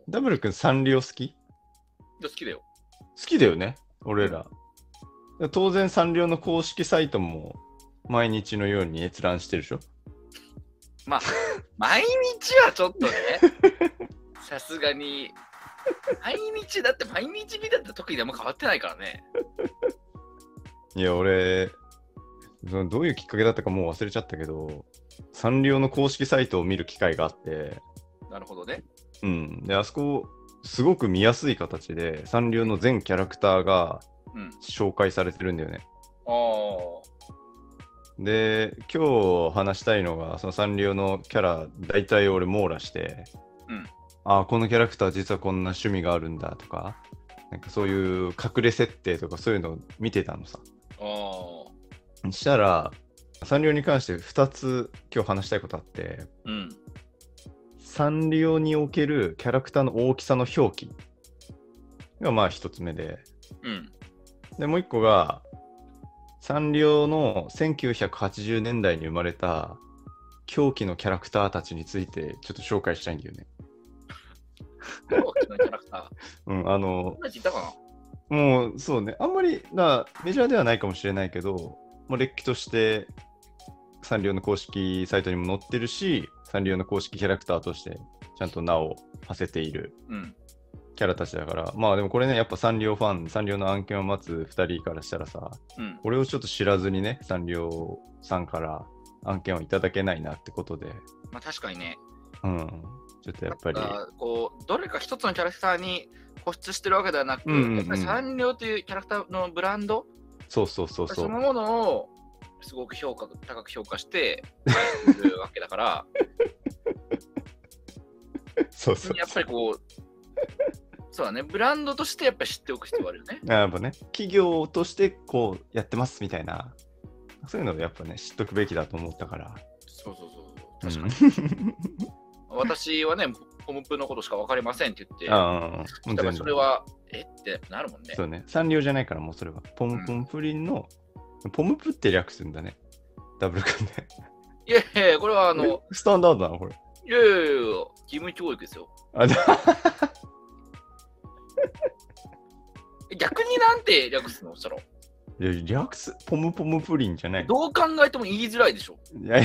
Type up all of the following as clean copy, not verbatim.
ダブル君サンリオ好き？ 好きだよ。 好きだよね、俺ら。当然サンリオの公式サイトも毎日のように閲覧してるでしょ？ まあ、毎日はちょっとね、さすがに、毎日見たって特にでも変わってないからね。 いや、俺、どういうきっかけだったかもう忘れちゃったけど、サンリオの公式サイトを見る機会があって、 なるほどね。 うん。で、あそこ、すごく見やすい形で、サンリオの全キャラクターが紹介されてるんだよね。 ああ。 で、今日話したいのが、そのサンリオのキャラ、大体俺網羅して、このキャラクター実はこんな趣味があるんだとか、なんかそういう隠れ設定とかそういうのを見てたのさ。そしたら、サンリオに関して2つ今日話したいことあって、サンリオにおけるキャラクターの大きさの表記がまあ1つ目で、で、もう1個が、サンリオの1980年代に生まれた狂気のキャラクターたちについてちょっと紹介したいんだよね。 狂気のキャラクター同じいたかなもうそうね、あんまりメジャーではないかもしれないけど、もうれっきとしてサンリオの公式サイトにも載ってるし、サンリオの公式キャラクターとしてちゃんと名を馳せているキャラたちだから、まあでもこれね、やっぱサンリオファン、サンリオの案件を待つ2人からしたらさ、これをちょっと知らずにね、サンリオさんから案件をいただけないなってことで。 まあ確かにね。 ちょっとやっぱり。 こう、どれか一つのキャラクターに固執してるわけではなく、やっぱりサンリオというキャラクターのブランド、 そのものをすごく高く評価してるわけだから、やっぱりこう、そうだね、ブランドとしてやっぱり知っておく必要あるよね。 やっぱね、企業としてこうやってますみたいな、そういうのをやっぱね、知っとくべきだと思ったから。 そう、確かに。私はね、ポムプのことしか分かりませんって言って、だからそれは、ってなるもんね。 そうね、サンリオじゃないからもうそれは。ポムポムプリンの、ポムプって略すんだね、ダブル君ね。 いやいや、これはスタンダードなのこれ。 いやいやいや、義務教育ですよ。逆になんて略すのしたら。 略すポムポムプリンじゃない。 どう考えても言いづらいでしょ。 いやいや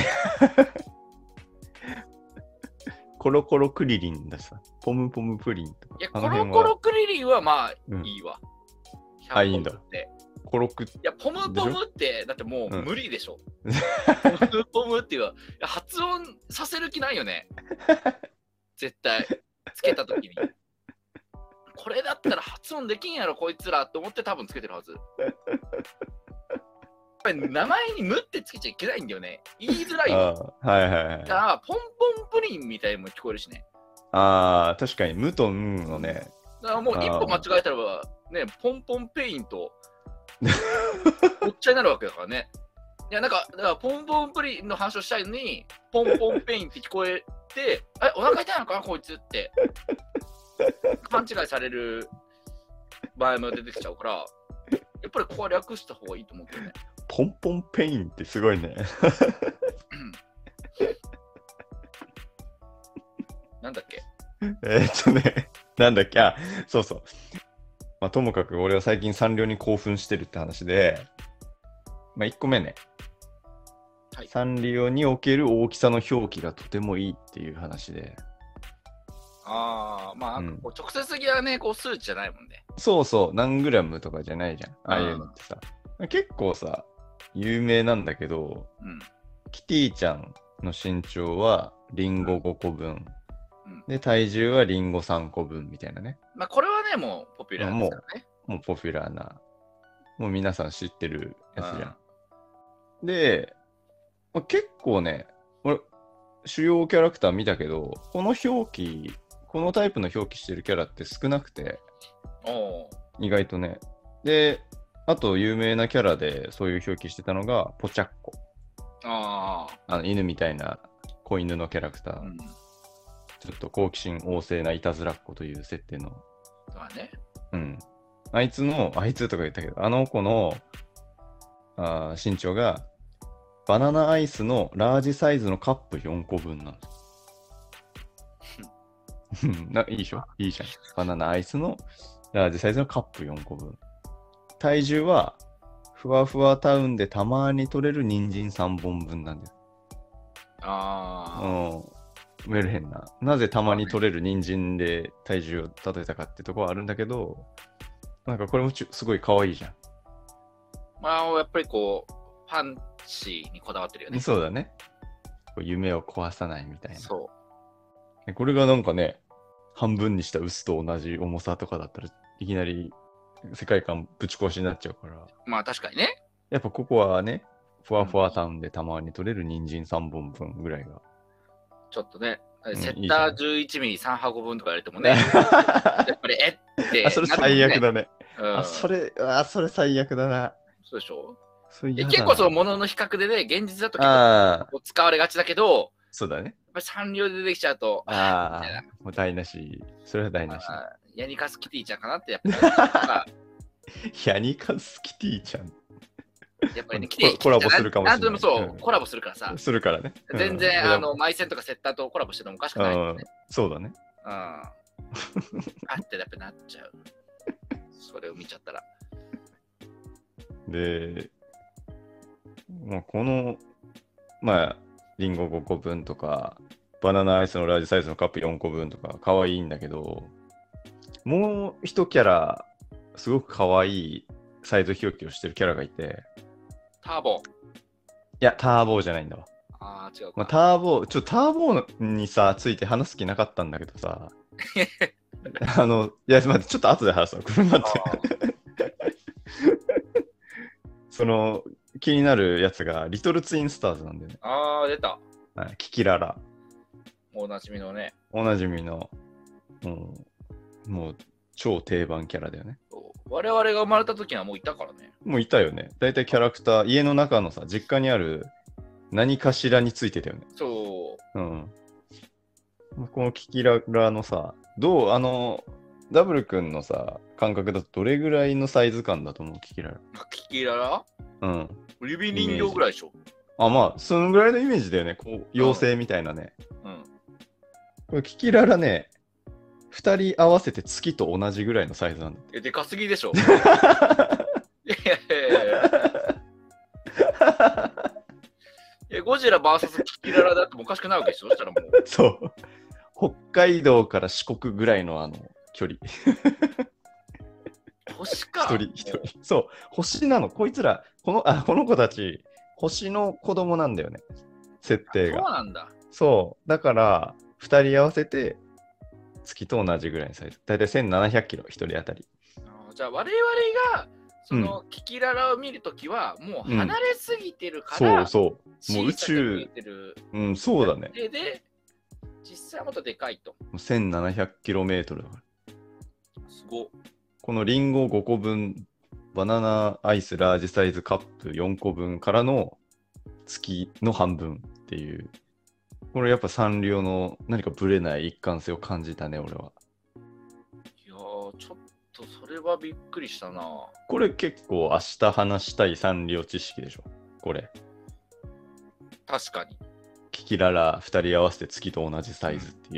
コロコロクリリンださ。ポムポムプリンとか。 いや、コロコロクリリンはまあいいわ。 いいんだ。コロク。いや、ポムポムって、だってもう無理でしょ。ポムポムっていう発音させる気ないよね。絶対、つけたときに。これだったら発音できんやろこいつらって思って多分つけてるはず。やっぱり名前に無ってつけちゃいけないんだよね。言いづらいわ。だからポンポンプリンみたいにも聞こえるしね。 確かに無と無のね。 だからもう一歩間違えたらね、ポンポンペインとごっちゃになるわけだからね。いや、だからポンポンプリンの話をしたいのに、ポンポンペインって聞こえて、お腹痛いのかなこいつって。勘違いされる場合も出てきちゃうから、やっぱりここは略した方がいいと思うけどね。 ポンポンペインってすごいね。 なんだっけなんだっけそうそう。まあ、ともかく俺は最近サンリオに興奮してるって話で、まあ、1個目ね、サンリオにおける大きさの表記がとてもいいっていう話で。 まあ、こう直接的なね、こう数値じゃないもんね。 そう、何グラムとかじゃないじゃん。ああいうのってさ。結構さ、有名なんだけど、キティちゃんの身長はリンゴ5個分。で、体重はリンゴ3個分みたいなね。 まあ、これはね、もうポピュラーですからね。 もうポピュラーな。もう皆さん知ってるやつじゃん。で、結構ね、俺、主要キャラクター見たけど、このタイプの表記してるキャラって少なくて、意外とね。で、あと有名なキャラでそういう表記してたのが、ポチャッコ。犬みたいな子犬のキャラクター。ちょっと好奇心旺盛ないたずらっ子という設定の。あいつとか言ったけど、あの子の身長が、バナナアイスのラージサイズのカップ4個分なんです。 いいでしょ、いいじゃん。バナナアイスのラージサイズのカップ4個分。体重は、ふわふわタウンでたまに取れる人参3本分なんだよ。メルヘンな。なぜたまに取れる人参で体重を例えたかってところはあるんだけど、なんかこれもすごい可愛いじゃん。 まあ、やっぱりこう、ファンシーにこだわってるよね。 そうだね。夢を壊さないみたいな。 そう。 これがなんかね、半分にした薄と同じ重さとかだったらいきなり世界観ぶち壊しになっちゃうから。 まあ確かにね。 やっぱここはね、ふわふわタウンでたまに取れる人参3本分ぐらいが。 ちょっとね、セッター11ミリ3箱分とか言われてもね、やっぱりってそれ最悪だね。それ最悪だな。 そうでしょ。結構その物の比較でね、現実だと結構使われがちだけど、 そうだね。 やっぱりサンリオで出てきちゃうと、 もう台無し。それは台無し。 ヤニカスキティちゃんかなってやっぱり。 ヤニカスキティちゃん。 やっぱりね、 コラボするかもしれない。 でもそう、コラボするからさ。 するからね。 全然、マイセンとかセッターとコラボしてもおかしくないよね。 そうだね。 あってやっぱなっちゃう。それを見ちゃったら。 で、この、リンゴ5個分とか、バナナアイスのラージサイズのカップ4個分とか、可愛いんだけど、もう一キャラ、すごく可愛いサイズ表記をしてるキャラがいて、 ターボ。 いや、ターボじゃないんだわ。 違うか。 ターボにさ、ついて話す気なかったんだけどさ、いや、待って、ちょっと後で話そう。これ待って。気になるやつが、リトルツインスターズなんだよね。 出た。 キキララ。 おなじみのね。 おなじみの、もう、超定番キャラだよね。 我々が生まれた時はもういたからね。 もういたよね。だいたいキャラクター、家の中のさ、実家にある何かしらについてたよね。 そう。 このキキララのさ、ダブル君のさ、感覚だとどれぐらいのサイズ感だと思う、キキララ。 キキララ？指人形ぐらいでしょ。 そのぐらいのイメージだよね。こう、妖精みたいなね。これキキララね、2人合わせて月と同じぐらいのサイズなんだ。 でかすぎでしょ。ゴジラ VS キキララだってもおかしくないわけでしょ。そしたらもう。 そう。北海道から四国ぐらいの距離。 星か。 一人。そう。星なの。こいつら、この子たち、星の子供なんだよね。設定が。 そうなんだ。 そう。だから、2人合わせて、月と同じぐらいのサイズ。だいたい1700キロ、1人当たり。 じゃあ、我々が、そのキキララを見るときは、もう離れすぎてるから、 もう宇宙、そうだね。 で、実際はもっとでかいと。 1700キロメートルだから。 すごっ。 このリンゴ5個分、バナナアイスラージサイズカップ4個分からの月の半分っていう。これやっぱサンリオの何かブレない一貫性を感じたね、俺は。 いやー、ちょっとそれはびっくりしたな。 これ結構明日話したいサンリオ知識でしょ、これ。 確かに。 キキララ2人合わせて月と同じサイズっていう。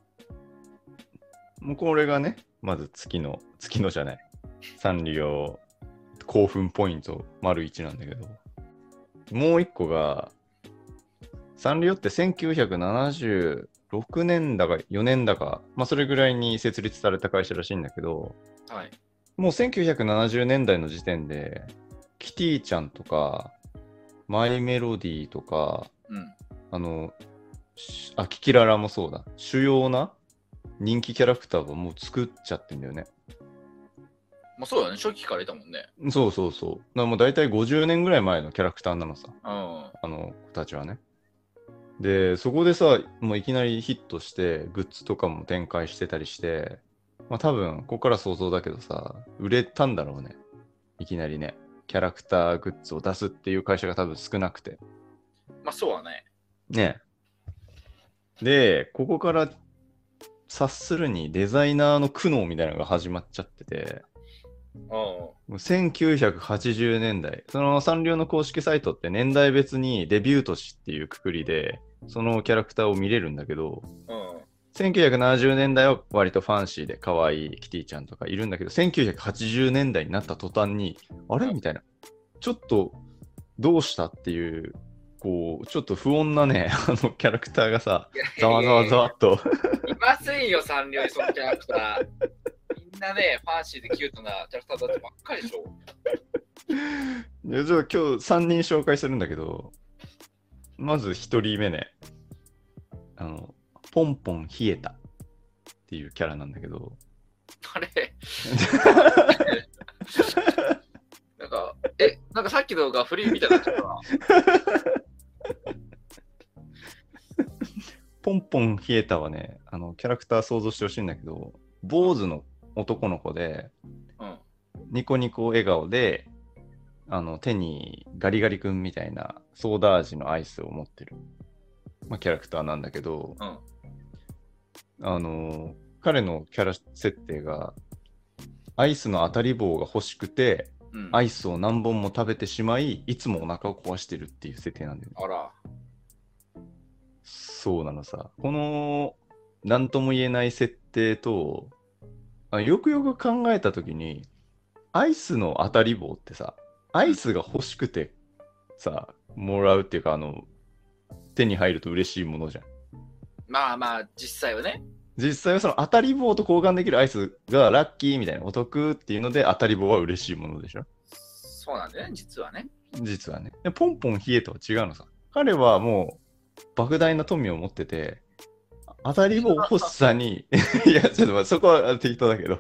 もうこれがね、まず月のじゃない。サンリオ興奮ポイント丸1なんだけど。もう一個が、サンリオって1976年だか4年だか、それぐらいに設立された会社らしいんだけど、もう1970年代の時点で、キティちゃんとか、マイメロディーとか、キキララもそうだ。主要な人気キャラクターをもう作っちゃってんだよね。 そうだね。初期からいたもんね。 そう。だからもう大体50年ぐらい前のキャラクターなのさ。子たちはね。で、そこでさ、もういきなりヒットして、グッズとかも展開してたりして、多分、ここから想像だけどさ、売れたんだろうね。いきなりね。キャラクターグッズを出すっていう会社が多分少なくて。 そうだね。 ね。で、ここから察するにデザイナーの苦悩みたいなのが始まっちゃってて、もう1980年代、そのサンリオの公式サイトって年代別にデビュー年っていうくくりで、そのキャラクターを見れるんだけど、 1970年代は割とファンシーで可愛いキティちゃんとかいるんだけど、1980年代になった途端に、あれみたいな。ちょっと、どうしたっていう、こう、ちょっと不穏なね、キャラクターがさ、ざわざわざわっと。 いませんよ、サンリオにそのキャラクター。みんなね、ファンシーでキュートなキャラクターだってばっかりでしょ。 いや、じゃあ今日3人紹介するんだけど、まず1人目ね、ポンポン冷えたっていうキャラなんだけど。 あれなんかさっきのがフリーみたいになっちゃったな。 ポンポン冷えたはね、キャラクター想像してほしいんだけど、坊主の男の子で、ニコニコ笑顔で、手にガリガリ君みたいなソーダ味のアイスを持ってる、キャラクターなんだけど、彼のキャラ設定がアイスの当たり棒が欲しくて、アイスを何本も食べてしまい、いつもお腹を壊してるっていう設定なんだよね。 あら。 そうなのさ。この何とも言えない設定と、よくよく考えたときに、アイスの当たり棒ってさ、アイスが欲しくてさ、もらうっていうか、手に入ると嬉しいものじゃん。 まあまあ、実際はね。 実際はその当たり棒と交換できるアイスがラッキーみたいなお得っていうので当たり棒は嬉しいものでしょ。 そうなんだよね、実はね。 実はね。でポンポン冷えとは違うのさ。彼はもう莫大な富を持ってて、当たり棒欲しさに、いや、ちょっと待って、そこは適当だけど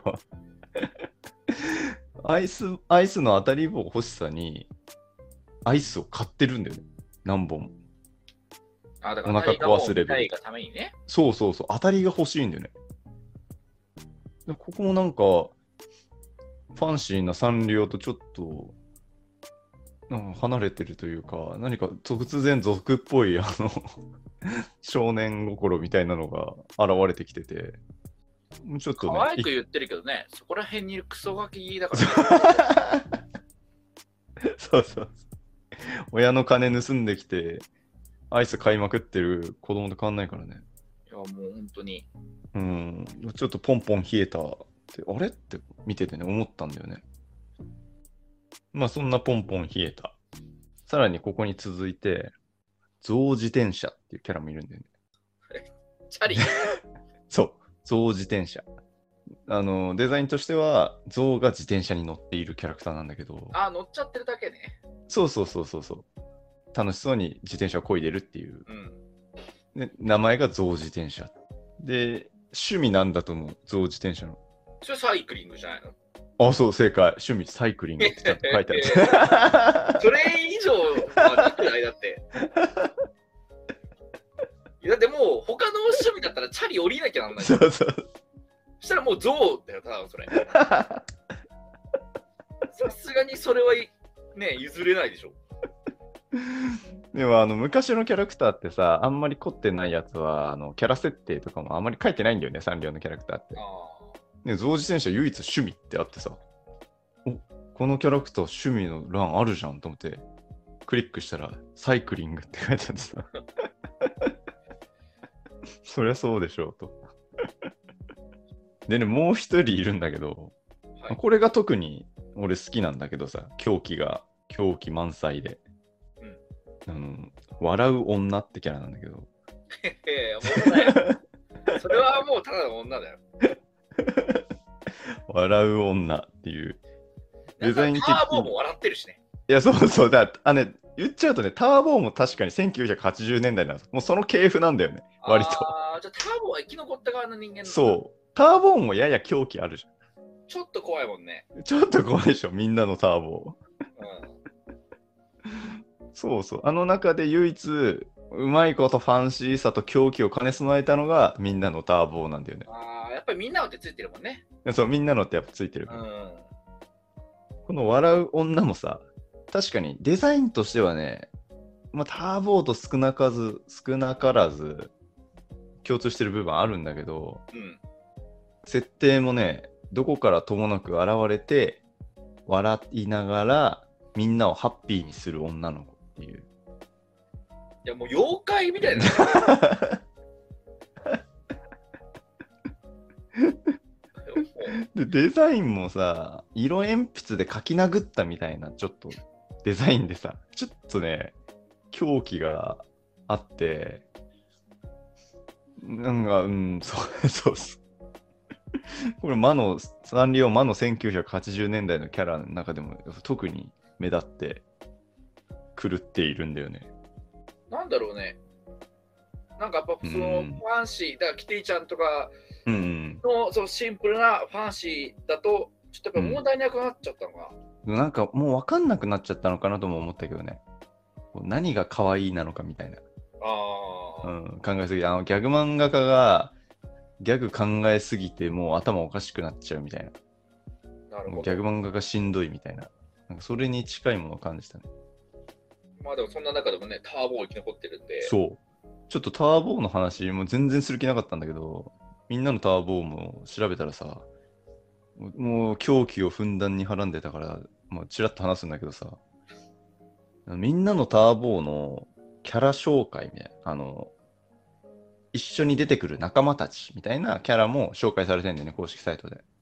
アイスの当たり棒欲しさに、アイスを買ってるんだよね。何本も。 だからお腹壊すレベル。がためにね。 そうそうそう、当たりが欲しいんだよね。でここもなんか、ファンシーなサンリオとちょっと、離れてるというか、何か突然俗っぽい少年心みたいなのが現れてきてて、ちょっとね。 可愛く言ってるけどね、そこら辺にいるクソガキだからね。 そうそう。親の金盗んできて、アイス買いまくってる子供と変わんないからね。 いや、もう本当に。 ちょっとポンポン冷えたって、あれって見ててね、思ったんだよね。まあそんなポンポン冷えた。さらにここに続いて、象自転車っていうキャラもいるんだよね。 チャリそう、象自転車。デザインとしては、象が自転車に乗っているキャラクターなんだけど。 乗っちゃってるだけね。 そうそうそうそうそう。楽しそうに自転車を漕いでるっていう。で名前が象自転車。で、趣味なんだと思う、象自転車の。 それサイクリングじゃないの？ そう、正解。趣味サイクリングってちゃんと書いてある。それ以上はなくないだって。だってもう他の趣味だったらチャリ降りなきゃなんない。 そうそう。 そしたらもう象だよ、ただそれ。さすがにそれはね、譲れないでしょ。 でも昔のキャラクターってさ、あんまり凝ってないやつはキャラ設定とかもあんまり書いてないんだよね、サンリオのキャラクターって。ね、象自転車唯一趣味ってあってさ、このキャラクター趣味の欄あるじゃんと思ってクリックしたらサイクリングって書いてあってさそりゃそうでしょうとでね、もう一人いるんだけど、はい、これが特に俺好きなんだけどさ、狂気満載で、笑う女ってキャラなんだけどそれはもうただの女だよ笑う女っていうデザイン的に。 ターボも笑ってるしね。 いや、そうそう。言っちゃうとね、ターボも確かに1980年代なんです。もうその系譜なんだよね、割と。 じゃあターボは生き残った側の人間そう。ターボもやや狂気あるじゃん。 ちょっと怖いもんね。 ちょっと怖いでしょ、みんなのターボ。そうそう。あの中で唯一、うまいことファンシーさと狂気を兼ね備えたのがみんなのターボなんだよね。 やっぱりみんなのってついてるもんね。 そう、みんなのってやっぱついてる。この笑う女もさ、確かにデザインとしてはね、ターボと少なからず共通してる部分あるんだけど、設定もね、どこからともなく現れて、笑いながらみんなをハッピーにする女の子っていう。 いや、もう妖怪みたいな。 で、デザインもさ、色鉛筆で描き殴ったみたいな、ちょっとデザインでさ、ちょっとね、狂気があって、なんか、そうそう。これ、サンリオ魔の1980年代のキャラの中でも特に目立って狂っているんだよね。 なんだろうね。なんかやっぱそのファンシー、だからキティちゃんとかのそのシンプルなファンシーだと、ちょっとやっぱ問題なくなっちゃったのかな。なんかもう分かんなくなっちゃったのかなとも思ったけどね。何が可愛いなのかみたいな。考えすぎて、ギャグ漫画家がギャグ考えすぎてもう頭おかしくなっちゃうみたいな。 なるほど。 ギャグ漫画がしんどいみたいな。なんかそれに近いものを感じたね。 まあでもそんな中でもね、ターボー生き残ってるんで。 そう。ちょっとターボーの話も全然する気なかったんだけど、みんなのターボーも調べたらさ、もう狂気をふんだんにはらんでたから、もうちらっと話すんだけどさ、みんなのターボーのキャラ紹介みたいな、一緒に出てくる仲間たちみたいなキャラも紹介されてるんだよね、公式サイトで。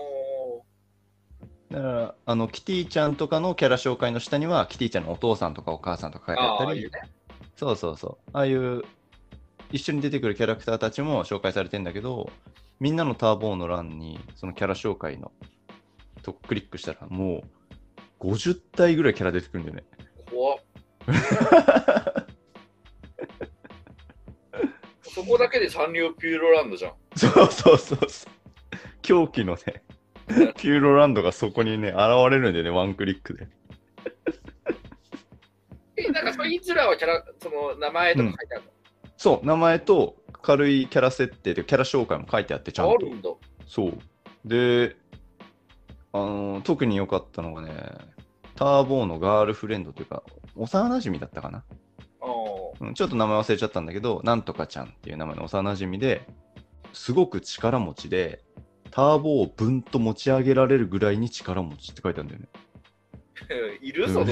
だから、キティちゃんとかのキャラ紹介の下には、キティちゃんのお父さんとかお母さんとか書いてあったり、そうそうそう、ああいう一緒に出てくるキャラクターたちも紹介されてんだけど、みんなのターボーの欄に、そのキャラ紹介のとこクリックしたら、もう50体ぐらいキャラ出てくるんだよね。 怖っ。そこだけでサンリオピューロランドじゃん。 そうそうそうそう。狂気のね、ピューロランドがそこにね、現れるんでね、ワンクリックで。 なんかそいつらはキャラ、その名前とか書いてあるの、 そう、名前と軽いキャラ設定でキャラ紹介も書いてあって、ちゃんと。 あるんだ。 そう。で、特に良かったのがね、ターボーのガールフレンドというか、幼馴染だったかな。ちょっと名前忘れちゃったんだけど、なんとかちゃんっていう名前の幼馴染で、すごく力持ちで、ターボをぶんと持ち上げられるぐらいに力持ちって書いてあるんだよね。 いるその。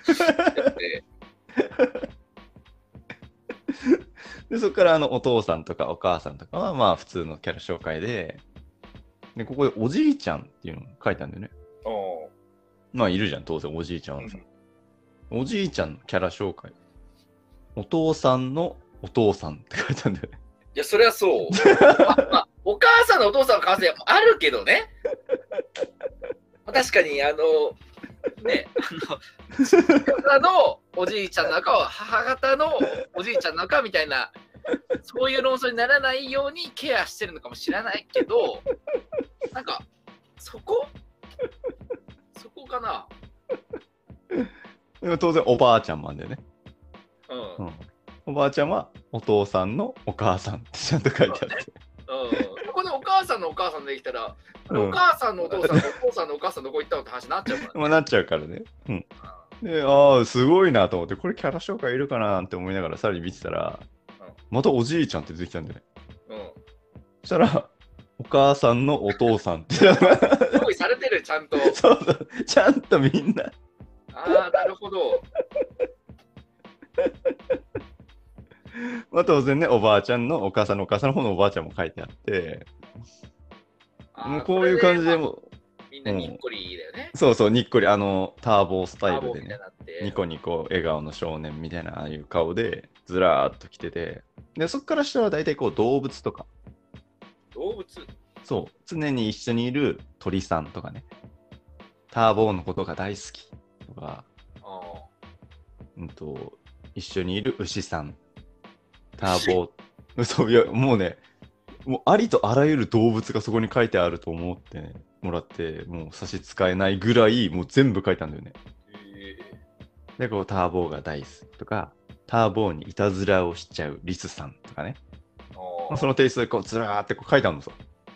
でそこからお父さんとかお母さんとかはまあ普通のキャラ紹介で、ここでおじいちゃんっていうの書いてあるんだよね。まあいるじゃん、当然おじいちゃんはさ。おじいちゃんのキャラ紹介。お父さんのお父さんって書いてあるんだよね。 いや、そりゃそう。お母さんのお父さんの可能性あるけどね。確かに、ね、母方のおじいちゃんの中は母方のおじいちゃんの中みたいな、そういう論争にならないようにケアしてるのかもしれないけど、なんか、そこかな。 でも当然おばあちゃんもあるんだよね。おばあちゃんはお父さんのお母さんってちゃんと書いてあって。 ここでお母さんのお母さんできたら、お母さんのお父さんのお父さんのお母さんどこ行ったのって話になっちゃうから、ね。 まあなっちゃうからね。で、すごいなと思って、これキャラ紹介いるかなって思いながらさらに見てたら、またおじいちゃんって出てきたんだよね。そしたら、お母さんのお父さんって。 用意されてる、ちゃんと。 そうそう、ちゃんとみんな。 ああ、なるほど。 まあ当然ね、おばあちゃんのお母さんのお母さんの方のおばあちゃんも書いてあって、もうこういう感じでもみんなにっこりだよね。 そうそう、にっこり、ターボースタイルでね、ニコニコ笑顔の少年みたいな、ああいう顔でずらーっと来てて、で、そこから下は大体こう動物とか。 動物？ そう、常に一緒にいる鳥さんとかね、ターボーのことが大好きとか、一緒にいる牛さん、ターボー、そういや、もうね、もうありとあらゆる動物がそこに書いてあると思って、ね、もらって、もう差し支えないぐらい、もう全部書いたんだよね。で、こう、ターボーが大好きとか、ターボーにいたずらをしちゃうリスさんとかね。そのテイストでこう、ずらーってこう書いてあるのさ。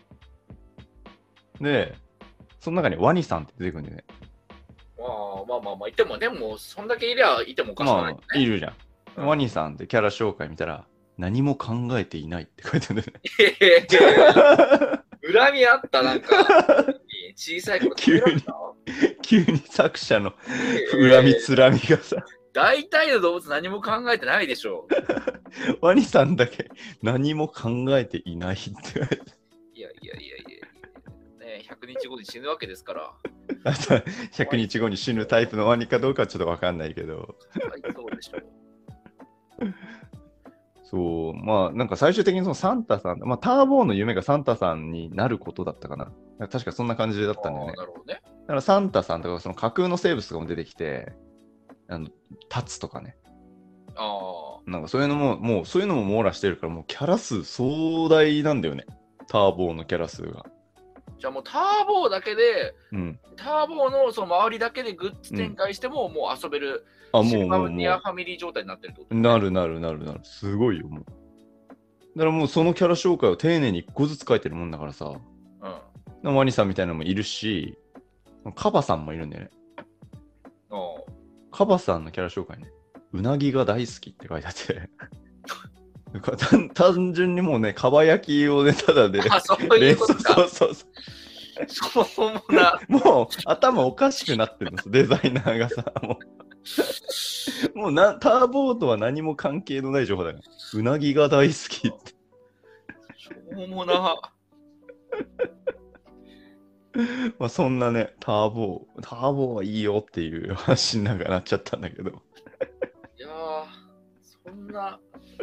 で、その中にワニさんって出てくるんだよね。 まあ、いても、でも、そんだけいりゃいてもおかしくない、ね。 いるじゃん。ワニさんってキャラ紹介見たら、何も考えていないって書いてあるんだよね。 恨みあった、なんか。小さい頃急に作者の恨みつらみがさ。 大体の動物何も考えてないでしょ。 ワニさんだけ何も考えていないって。 いや、ね、100 日後に死ぬわけですから。 あと100日後に死ぬタイプのワニかどうかはちょっとわかんないけど。 そうでしょう。 そう、まあなんか最終的にそのサンタさん、まあターボーの夢がサンタさんになることだったかな。確かそんな感じだったんだよね。 なるほどね。 だからサンタさんとかその架空の生物とかも出てきて、立つとかね。なんかそういうのも、もうそういうのも網羅してるから、もうキャラ数壮大なんだよね。ターボーのキャラ数が。 じゃあもうターボーだけで、ターボーのその周りだけでグッズ展開しても、もう遊べる、シルバーニアファミリー状態になってるってこと、ね、 なる。すごいよ、もう。だからもうそのキャラ紹介を丁寧に1個ずつ書いてるもんだからさ。ワニさんみたいなのもいるし、カバさんもいるんだよね。カバさんのキャラ紹介ね。うなぎが大好きって書いてあって単純にもうね、かば焼きをね、ただで、 そういうことか。 そう。 しょうもな。 もう頭おかしくなってるんです、デザイナーがさ。もうターボーとは何も関係のない情報だよ。うなぎが大好きって。 しょうもな。 まあそんなね、ターボーはいいよっていう話になっちゃったんだけど。 いやー、そんな。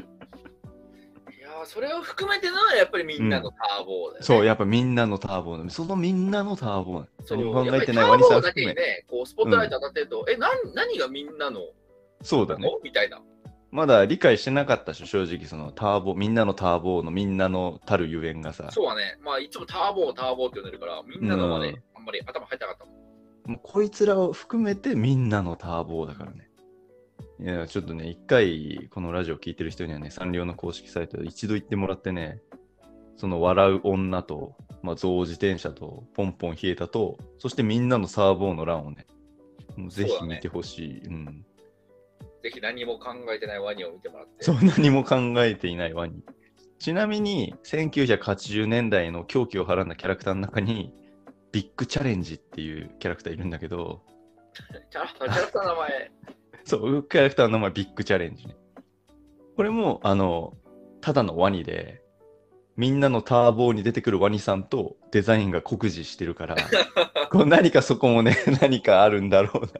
それを含めてのはやっぱりみんなのターボーだよね。 そう、やっぱみんなのターボー。そのみんなのターボー。 何も考えてないワニさん含め。ターボーだけにね、こうスポットライト当たってると、何がみんなのそうだね。 みたいな。 まだ理解してなかったし、正直そのターボー、みんなのターボーのみんなのたるゆえんがさ。 そうだね。まあいつもターボーって呼んでるから、みんなのまであんまり頭入ってなかったもん。 もうこいつらを含めてみんなのターボーだからね。いや、ちょっとね、一回このラジオ聞いてる人にはね、サンリオの公式サイトで一度行ってもらってね、その笑う女と、象自転車と、ポンポン冷えたと、そしてみんなのサーボーの欄をね、もうぜひ見てほしい。 ぜひ何も考えてないワニを見てもらって。 そう、何も考えていないワニ。ちなみに、1980年代の狂気をはらんだキャラクターの中に、ビッグチャレンジっていうキャラクターいるんだけど、 キャラクターの名前そう、キャラクターの名前ビッグチャレンジね。これも、ただのワニで、みんなのターボーに出てくるワニさんとデザインが酷似してるから、何かそこもね、何かあるんだろうな。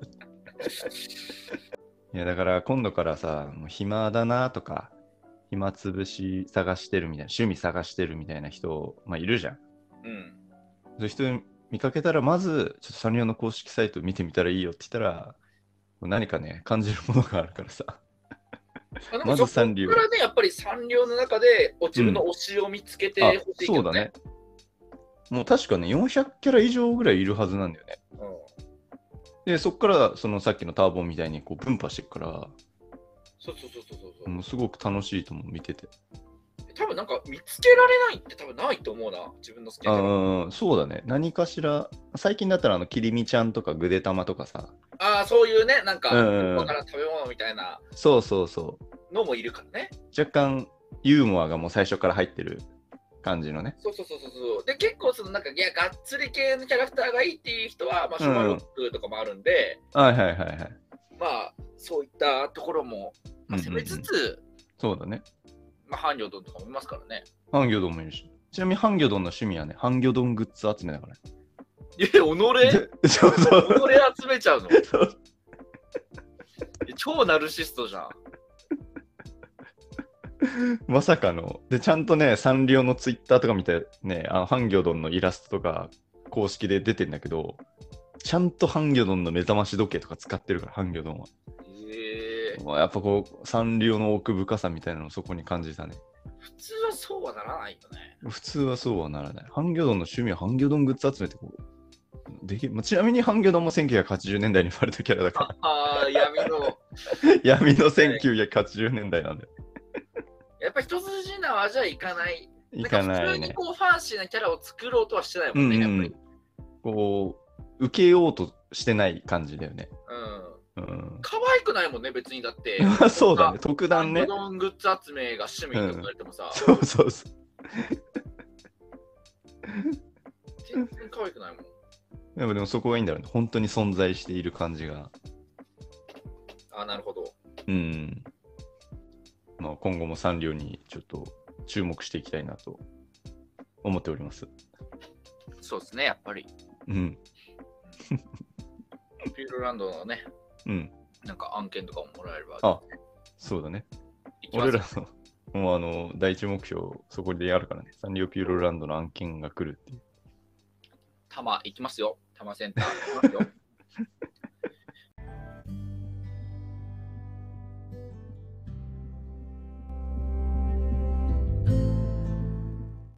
いや、だから今度からさ、もう暇だなとか、暇つぶし探してるみたいな、趣味探してるみたいな人、いるじゃん。そういう人見かけたら、まず、ちょっとサンリオの公式サイト見てみたらいいよって言ったら、何かね、感じるものがあるからさ。 まずサンリオ。そこからね、やっぱりサンリオの中で自分の推しを見つけてほしいけどね。 そうだね。もう確かね、400キャラ以上ぐらいいるはずなんだよね。で、そこからそのさっきのターボンみたいにこう分派していくから、 そう。 もうすごく楽しいと思う、見てて。 多分なんか見つけられないって多分ないと思うな、自分の好きな。 そうだね。何かしら、最近だったらキリミちゃんとかグデタマとかさ。 そういうね、なんか、だから食べ物みたいな。 そうのもいるからね。 若干ユーモアがもう最初から入ってる感じのね。 そう。で、結構そのなんか、いや、がっつり系のキャラクターがいいっていう人は、シュマロックとかもあるんで、 はい。 そういったところも、攻めつつ、 そうだね。 ハンギョドンとかもいますからね。 ハンギョドンもいるし。ちなみにハンギョドンの趣味はね、ハンギョドングッズ集めだからね。 己集めちゃうの超ナルシストじゃん。 まさかの。で、ちゃんとね、サンリオのツイッターとか見てね、ハンギョドンのイラストとか公式で出てんだけど、ちゃんとハンギョドンの目覚まし時計とか使ってるから、ハンギョドンは。やっぱこう、サンリオの奥深さみたいなのをそこに感じたね。 普通はそうはならないよね。 普通はそうはならない。ハンギョドンの趣味はハンギョドングッズ集めてこう。ちなみにハンギョドンも1980年代に生まれたキャラだから。闇の1980年代なんだよ。 やっぱ一筋縄じゃいかない。 いかないね。 普通にこうファンシーなキャラを作ろうとはしてないもんね、やっぱり。 こう、受けようとしてない感じだよね。 可愛くないもんね、別にだって。 そうだね、特段ね。 ハンギョドングッズ集めが趣味とか言われてもさ。 そう。 全然可愛くないもん。 でもそこがいいんだろうね。本当に存在している感じが。 なるほど。 今後もサンリオにちょっと注目していきたいなと思っております。 そうですね、やっぱり。 うん。 ピューロランドのね、 うん。 なんか案件とかももらえれば。 あ、そうだね。俺らの、もう第一目標、そこでやるからね。サンリオピューロランドの案件が来るっていう。 多摩行きますよ。多摩センター行きますよ。